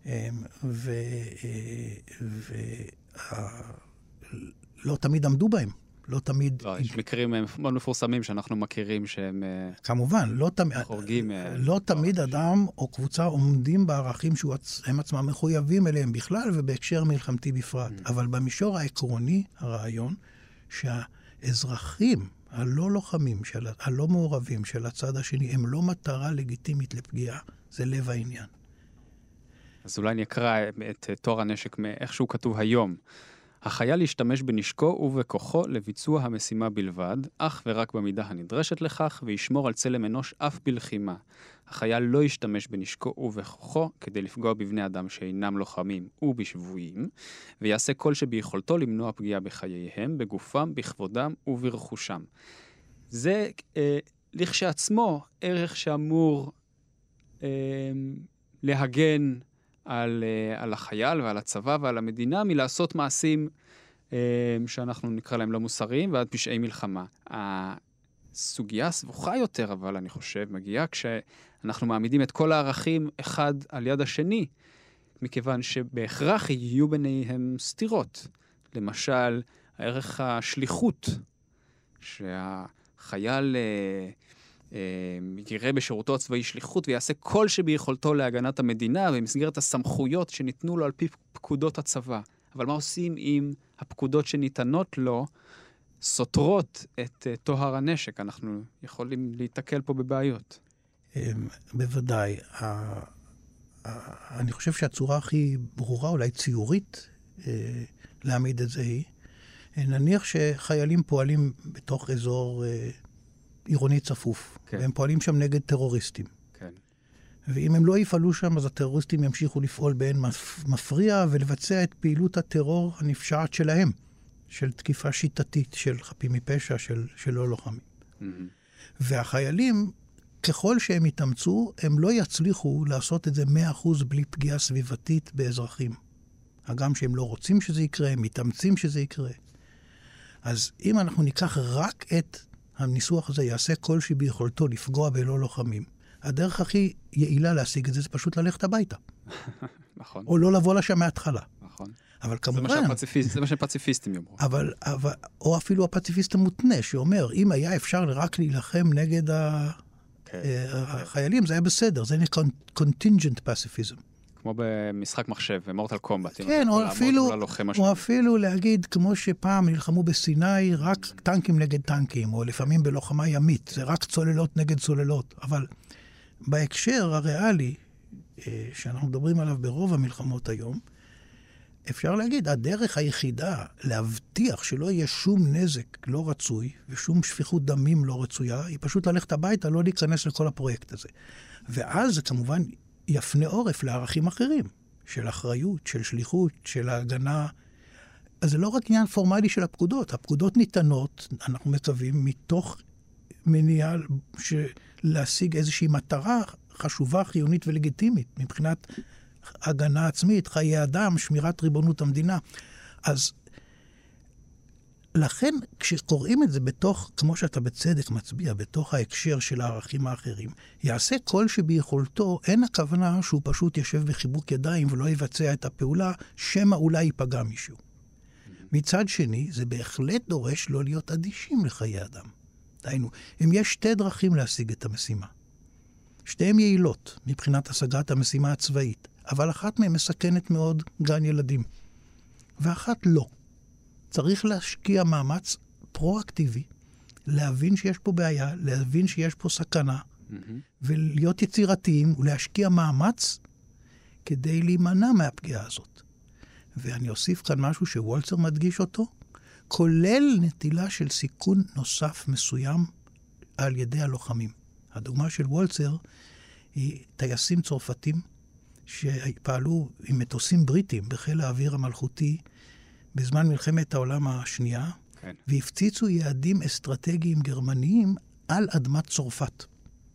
[SPEAKER 2] לא תמיד עמדו בהם. לא תמיד...
[SPEAKER 3] לא, יש מקרים מאוד מפורסמים שאנחנו מכירים שהם...
[SPEAKER 2] כמובן,
[SPEAKER 3] חורגים...
[SPEAKER 2] לא תמיד אדם או קבוצה עומדים בערכים שהם עצמם מחויבים אליהם בכלל, ובהקשר מלחמתי בפרט. אבל במישור העקרוני, הרעיון, שהאזרחים הלא לוחמים, הלא מעורבים של הצד השני, הם לא מטרה לגיטימית לפגיעה, זה לב העניין.
[SPEAKER 3] אז אולי נקרא את טוהר הנשק מאיך שהוא כתוב היום. החייל ישתמש בנשקו ובכוחו לביצוע המשימה בלבד, אך ורק במידה הנדרשת לכך, וישמור על צלם אנוש אף בלחימה. החייל לא ישתמש בנשקו ובכוחו כדי לפגוע בבני אדם שאינם לוחמים ובשבויים, ויעשה כל שביכולתו למנוע פגיעה בחייהם, בגופם, בכבודם וברכושם. זה לכשעצמו ערך שאמור להגן על החייל ועל הצבא ועל המדינה מלעשות מעשים שאנחנו נקרא להם לא מוסריים ועד פשעי מלחמה. הסוגיה סבוכה יותר, אבל אני חושב, מגיעה כשאנחנו מעמידים את כל הערכים אחד על יד השני, מכיוון שבהכרח יהיו ביניהם סתירות. למשל, הערך השליחות, שהחייל יראה בשירותו הצבאי שליחות ויעשה כל שביכולתו להגנת המדינה במסגרת הסמכויות שניתנו לו על פי פקודות הצבא. אבל מה עושים אם הפקודות שניתנות לו סותרות את טוהר הנשק? אנחנו יכולים להתקל פה בבעיות.
[SPEAKER 2] בוודאי. אני חושב שהצורה הכי ברורה, אולי ציורית, להעמיד את זה היא, נניח שחיילים פועלים בתוך אזור עירוני צפוף, כן. והם פועלים שם נגד טרוריסטים.
[SPEAKER 3] כן.
[SPEAKER 2] ואם הם לא יפעלו שם, אז הטרוריסטים ימשיכו לפעול באין מפריע ולבצע את פעילות הטרור הנפשעת שלהם, של תקיפה שיטתית של חפים מפשע, של לא לוחמים. והחיילים, ככל שהם יתאמצו, הם לא יצליחו לעשות את זה 100% בלי פגיעה סביבתית באזרחים. הגם שהם לא רוצים שזה יקרה, הם מתאמצים שזה יקרה. אז אם אנחנו ניקח רק את הניסוח הזה, יעשה כל שביכולתו לפגוע בלא לוחמים, הדרך הכי יעילה להשיג את זה, זה פשוט ללכת הביתה.
[SPEAKER 3] נכון.
[SPEAKER 2] או לא לבוא לשם מההתחלה.
[SPEAKER 3] נכון.
[SPEAKER 2] אבל כמובן...
[SPEAKER 3] זה מה שפציפיסטים יאמרו.
[SPEAKER 2] או אפילו הפציפיסט המותנה, שאומר, אם היה אפשר רק להילחם נגד החיילים, זה היה בסדר. זה נקרא contingent pacifism.
[SPEAKER 3] כמו במשחק מחשב, במורטל קומבט.
[SPEAKER 2] כן, או אפילו להגיד, כמו שפעם נלחמו בסיני, רק טנקים נגד טנקים, או לפעמים בלוחמה ימית, זה רק צוללות נגד צוללות. אבל בהקשר הריאלי, שאנחנו מדברים עליו ברוב המלחמות היום, אפשר להגיד, הדרך היחידה להבטיח שלא יהיה שום נזק לא רצוי, ושום שפיכות דמים לא רצויה, היא פשוט ללכת הביתה, לא להיכנס לכל הפרויקט הזה. ואז זה כמובן יפנה עורף לערכים אחרים, של אחריות, של שליחות, של ההגנה. אז זה לא רק עניין פורמלי של הפקודות. הפקודות ניתנות, אנחנו מצווים, מתוך מניעה להשיג איזושהי מטרה חשובה, חיונית ולגיטימית, מבחינת הגנה עצמית, חיי אדם, שמירת ריבונות המדינה. אז לכן, כשקוראים את זה בתוך, כמו שאתה בצדק מצביע, בתוך ההקשר של הערכים האחרים, יעשה כל שביכולתו, אין הכוונה שהוא פשוט יושב בחיבוק ידיים ולא יבצע את הפעולה, שמא אולי ייפגע מישהו. מצד שני, זה בהחלט דורש לא להיות אדישים לחיי אדם. דהיינו, אם יש שתי דרכים להשיג את המשימה, שתיהן יעילות מבחינת השגת המשימה הצבאית, אבל אחת מהן מסכנת מאוד גן ילדים, ואחת לא. צריך להשקיע מאמץ פרואקטיבי, להבין שיש פה בעיה, להבין שיש פה סכנה, ולהיות יצירתיים ולהשקיע מאמץ כדי להימנע מהפגיעה הזאת. ואני אוסיף כאן משהו שוולצר מדגיש אותו, כולל נטילה של סיכון נוסף מסוים על ידי הלוחמים. הדוגמה של וולצר היא טייסים צרפתים שפעלו עם מטוסים בריטים בחיל האוויר המלכותי בזמן מלחמת העולם השנייה, כן. והפציצו יעדים אסטרטגיים גרמניים על אדמת צרפת.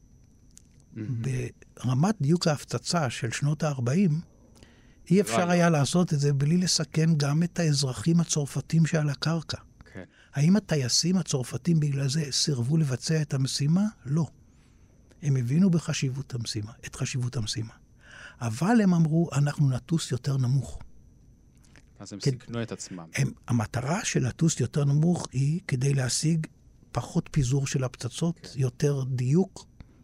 [SPEAKER 2] ברמת דיוק ההפצצה של שנות ה-40, אי אפשר היה לעשות את זה בלי לסכן גם את האזרחים הצרפתים שעל הקרקע. כן. האם הטייסים הצרפתים בגלל זה סירבו לבצע את המשימה? לא. הם הבינו בחשיבות המשימה, את חשיבות המשימה. אבל הם אמרו, אנחנו נטוס יותר נמוך.
[SPEAKER 3] אז הם סיכנו את עצמם.
[SPEAKER 2] המטרה של לטוס יותר נמוך היא כדי להשיג פחות פיזור של הפצצות, יותר דיוק,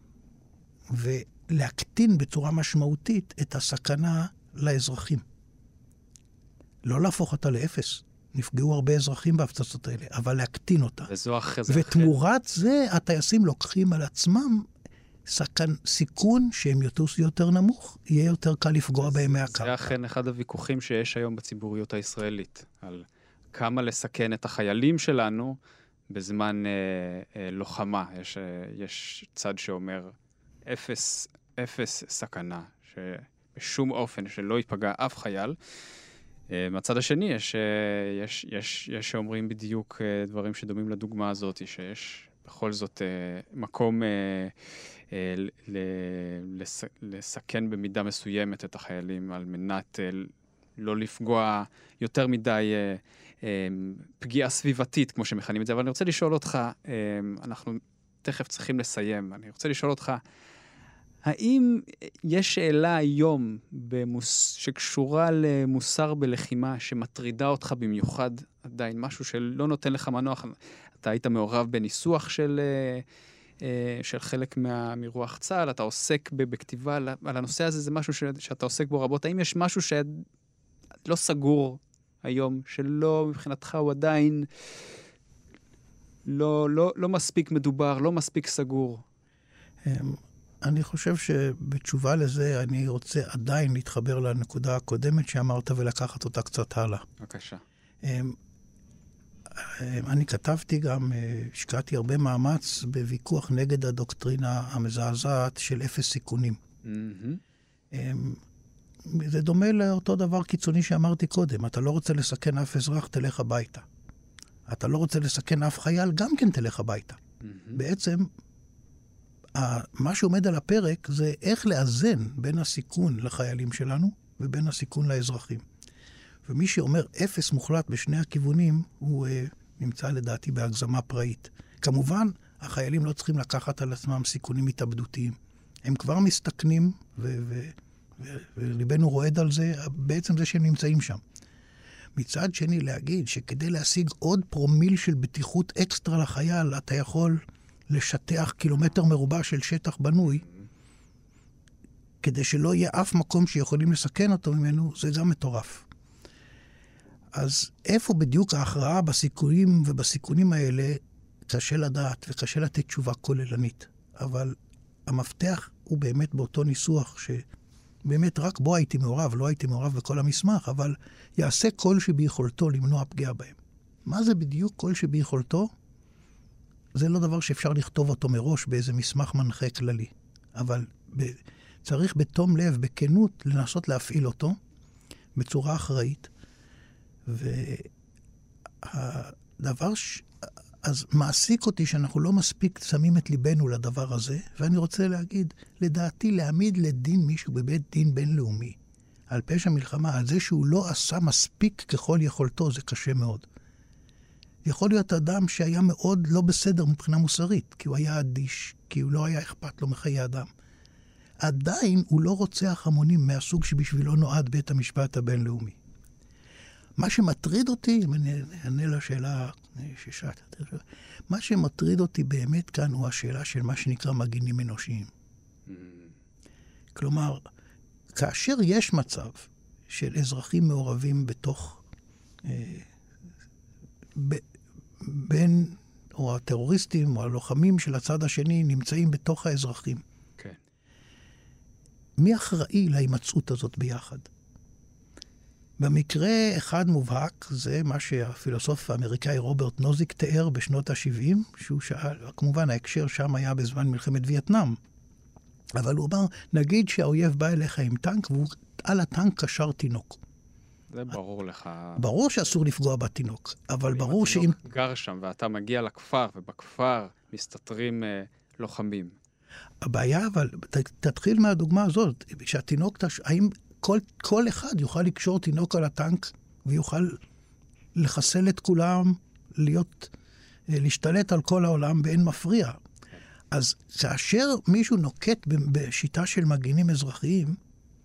[SPEAKER 2] ולהקטין בצורה משמעותית את הסכנה לאזרחים. לא להפוך אותה לאפס. נפגעו הרבה אזרחים בהפצצות האלה, אבל להקטין אותה. ותמורת זה הטייסים לוקחים על עצמם סיכון שהם יטוסו יותר נמוך, יהיה יותר קל לפגוע בהם מהקרקע.
[SPEAKER 3] זה אכן אחד הוויכוחים שיש היום בציבוריות הישראלית, על כמה לסכן את החיילים שלנו בזמן לוחמה. יש צד שאומר אפס סכנה, שבשום אופן שלא ייפגע אף חייל. מהצד השני יש שאומרים בדיוק דברים שדומים לדוגמה הזאת, שיש בכל זאת מקום לסכן במידה מסוימת את החיילים על מנת לא לפגוע יותר מדי פגיעה סביבתית, כמו שמכנים את זה. אבל אני רוצה לשאול אותך, אנחנו תכף צריכים לסיים, אני רוצה לשאול אותך, האם יש שאלה היום שקשורה למוסר בלחימה שמטרידה אותך במיוחד עדיין, משהו שלא נותן לך מנוח? אתה היית מעורב בניסוח של חלק מרוח צה"ל, אתה עוסק בכתיבה על הנושא הזה, זה משהו שאתה עוסק בו רבות. האם יש משהו שלא סגור היום, שלא מבחינתך הוא עדיין לא מספיק מדובר, לא מספיק סגור?
[SPEAKER 2] אני חושב שבתשובה לזה אני רוצה עדיין להתחבר לנקודה הקודמת שאמרת ולקחת אותה קצת הלאה.
[SPEAKER 3] בבקשה.
[SPEAKER 2] אני כתבתי גם, השקעתי הרבה מאמץ בוויכוח נגד הדוקטרינה המזעזעת של אפס סיכונים. זה דומה לאותו דבר קיצוני שאמרתי קודם. אתה לא רוצה לסכן אף אזרח, תלך הביתה. אתה לא רוצה לסכן אף חייל, גם כן תלך הביתה. בעצם, מה שעומד על הפרק זה איך לאזן בין הסיכון לחיילים שלנו ובין הסיכון לאזרחים. ומי שאומר אפס מוחלט בשני הכיוונים, הוא נמצא לדעתי בהגזמה פראית. כמובן, החיילים לא צריכים לקחת על עצמם סיכונים התאבדותיים. הם כבר מסתכנים, וליבנו רועד על זה, בעצם זה שהם נמצאים שם. מצד שני, להגיד שכדי להשיג עוד פרומיל של בטיחות אקסטרה לחייל, אתה יכול לשטח קילומטר מרובע של שטח בנוי, כדי שלא יהיה אף מקום שיכולים לסכן אותו ממנו, זה גם מטורף. אז איפה בדיוק ההכרעה בסיכונים ובסיכונים האלה, קשה לדעת וקשה לתת תשובה כוללנית. אבל המפתח הוא באמת באותו ניסוח שבאמת רק בו הייתי מעורב, לא הייתי מעורב בכל המסמך, אבל יעשה כל שביכולתו למנוע פגיעה בהם. מה זה בדיוק כל שביכולתו? זה לא דבר שאפשר לכתוב אותו מראש באיזה מסמך מנחה כללי. אבל צריך בתום לב, בכנות, לנסות להפעיל אותו בצורה אחראית. אז מעסיק אותי שאנחנו לא מספיק שמים את ליבנו לדבר הזה, ואני רוצה להגיד, לדעתי, להעמיד לדין מישהו בבית דין בינלאומי, על פשע מלחמה, על זה שהוא לא עשה מספיק ככל יכולתו, זה קשה מאוד. יכול להיות אדם שהיה מאוד לא בסדר מבחינה מוסרית, כי הוא היה אדיש, כי הוא לא היה אכפת לו מחיי אדם. עדיין הוא לא רוצח המונים מהסוג שבשבילו נועד בית המשפט הבינלאומי. מה שמטריד אותי, אני אענה לשאלה ששאלת, מה שמטריד אותי באמת כאן הוא השאלה של מה שנקרא מגינים אנושיים. כלומר, כאשר יש מצב של אזרחים מעורבים בתוך, בין, או הטרוריסטים או הלוחמים של הצד השני נמצאים בתוך האזרחים.
[SPEAKER 3] כן.
[SPEAKER 2] מי אחראי להימצאות הזאת ביחד? במקרה אחד מובהק, זה מה שהפילוסוף האמריקאי רוברט נוזיק תיאר בשנות ה-70, שהוא שאל, כמובן ההקשר שם היה בזמן מלחמת וייטנאם, אבל הוא אמר, נגיד שהאויב בא אליך עם טנק, והוא על הטנק קשר תינוק.
[SPEAKER 3] זה ברור לך.
[SPEAKER 2] ברור שאסור לפגוע בתינוק, אבל ברור שאם...
[SPEAKER 3] התינוק גר שם, ואתה מגיע לכפר, ובכפר מסתתרים לוחמים.
[SPEAKER 2] הבעיה, אבל תתחיל מהדוגמה הזאת, שהתינוק, האם כל אחד יוכל לקשור תינוק על הטנק, ויוכל לחסל את כולם, להשתלט על כל העולם באין מפריע. אז כאשר מישהו נוקט בשיטה של מגינים אזרחיים,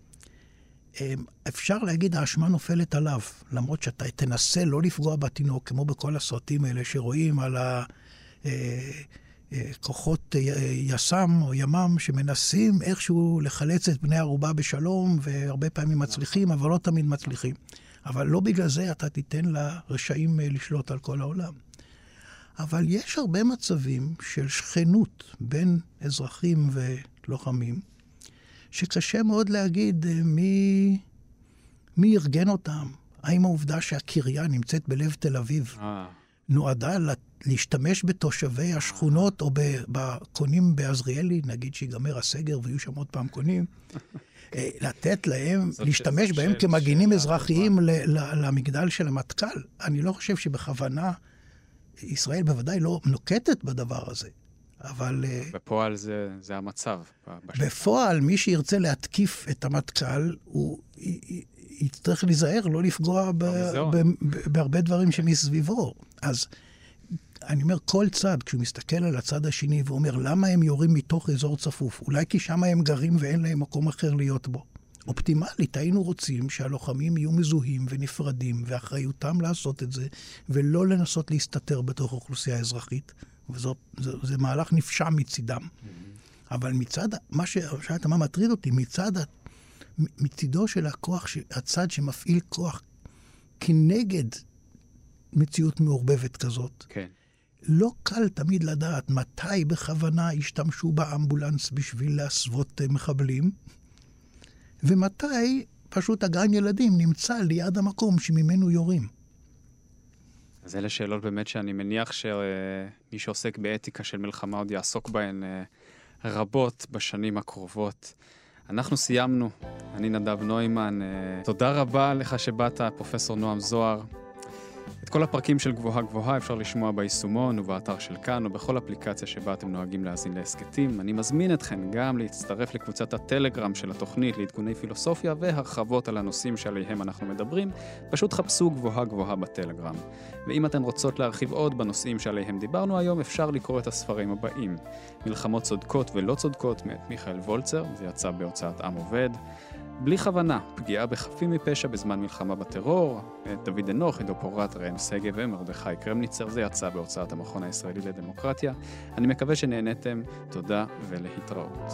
[SPEAKER 2] אפשר להגיד, האשמה נופלת עליו, למרות שאתה תנסה לא לפגוע בתינוק, כמו בכל הסרטים האלה שרואים על כוחות יס"מ או ימ"מ שמנסים איכשהו לחלץ את בני ערובה בשלום, והרבה פעמים מצליחים, אבל לא תמיד מצליחים. אבל לא בגלל זה אתה תיתן לרשעים לשלוט על כל העולם. אבל יש הרבה מצבים של שכנות בין אזרחים ולוחמים, שקשה מאוד להגיד מי ארגן אותם. האם העובדה שהקריה נמצאת בלב תל אביב נועדה להשתמש בתושבי השכונות, או בקונים בעזריאלי, נגיד שיגמר הסגר ויהיו שם עוד פעם קונים, לתת להם, להשתמש בהם כמגינים אזרחיים למגדל של המטכ"ל. אני לא חושב שבכוונה ישראל בוודאי לא נוקטת בדבר הזה. אבל...
[SPEAKER 3] בפועל זה המצב.
[SPEAKER 2] בפועל, מי שירצה להתקיף את המטכ"ל, הוא יצטרך להיזהר, לא לפגוע בהרבה דברים שמסביבו. אז אני אומר, כל צד, כשהוא מסתכל על הצד השני ואומר, למה הם יורים מתוך אזור צפוף? אולי כי שם הם גרים ואין להם מקום אחר להיות בו. אופטימלית, היינו רוצים שהלוחמים יהיו מזוהים ונפרדים, ואחריותם לעשות את זה, ולא לנסות להסתתר בתוך אוכלוסייה אזרחית. וזה מהלך נפשע מצידם. אבל מצד, מה שאתה מה מטריד אותי, מצידו של הכוח, הצד שמפעיל כוח כנגד מציאות מעורבבת כזאת,
[SPEAKER 3] כן.
[SPEAKER 2] לא קל תמיד לדעת מתי בכוונה השתמשו באמבולנס בשביל להסוות מחבלים, ומתי פשוט הגן ילדים נמצא ליד המקום שממנו יורים.
[SPEAKER 3] אז אלה שאלות באמת שאני מניח שמי שעוסק באתיקה של מלחמה עוד יעסוק בהן רבות בשנים הקרובות. אנחנו סיימנו. אני נדב נוימן. תודה רבה לך שבאת, פרופסור נועם זוהר. את את כל הפרקים של גבוהה גבוהה אפשר לשמוע ביישומון ובאתר של כאן או בכל אפליקציה שבה אתם נוהגים להאזין להסכתים. אני מזמין אתכם גם להצטרף לקבוצת הטלגרם של התוכנית לעדכוני פילוסופיה והרחבות על הנושאים שעליהם אנחנו מדברים. פשוט חפשו גבוהה גבוהה בטלגרם. ואם אתן רוצות להרחיב עוד בנושאים שעליהם דיברנו היום, אפשר לקרוא את הספרים הבאים. מלחמות צודקות ולא צודקות מאת מיכאל וולצר, זה יצא בהוצאת עם עובד. בלי כוונה, פגיעה בחפים מפשע בזמן מלחמה בטרור, דוד אנוך, עידו פורט, ראם שגב ומרדכי קרמניצר, זה יצא בהוצאת המכון הישראלי לדמוקרטיה. אני מקווה שנהנתם, תודה ולהתראות.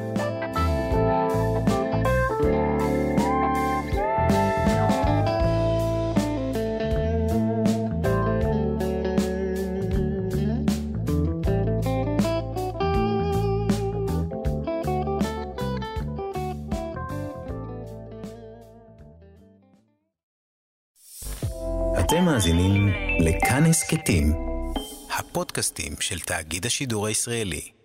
[SPEAKER 1] אתם מאזינים לכאן הסכתים, הפודקאסטים של תאגיד השידור הישראלי.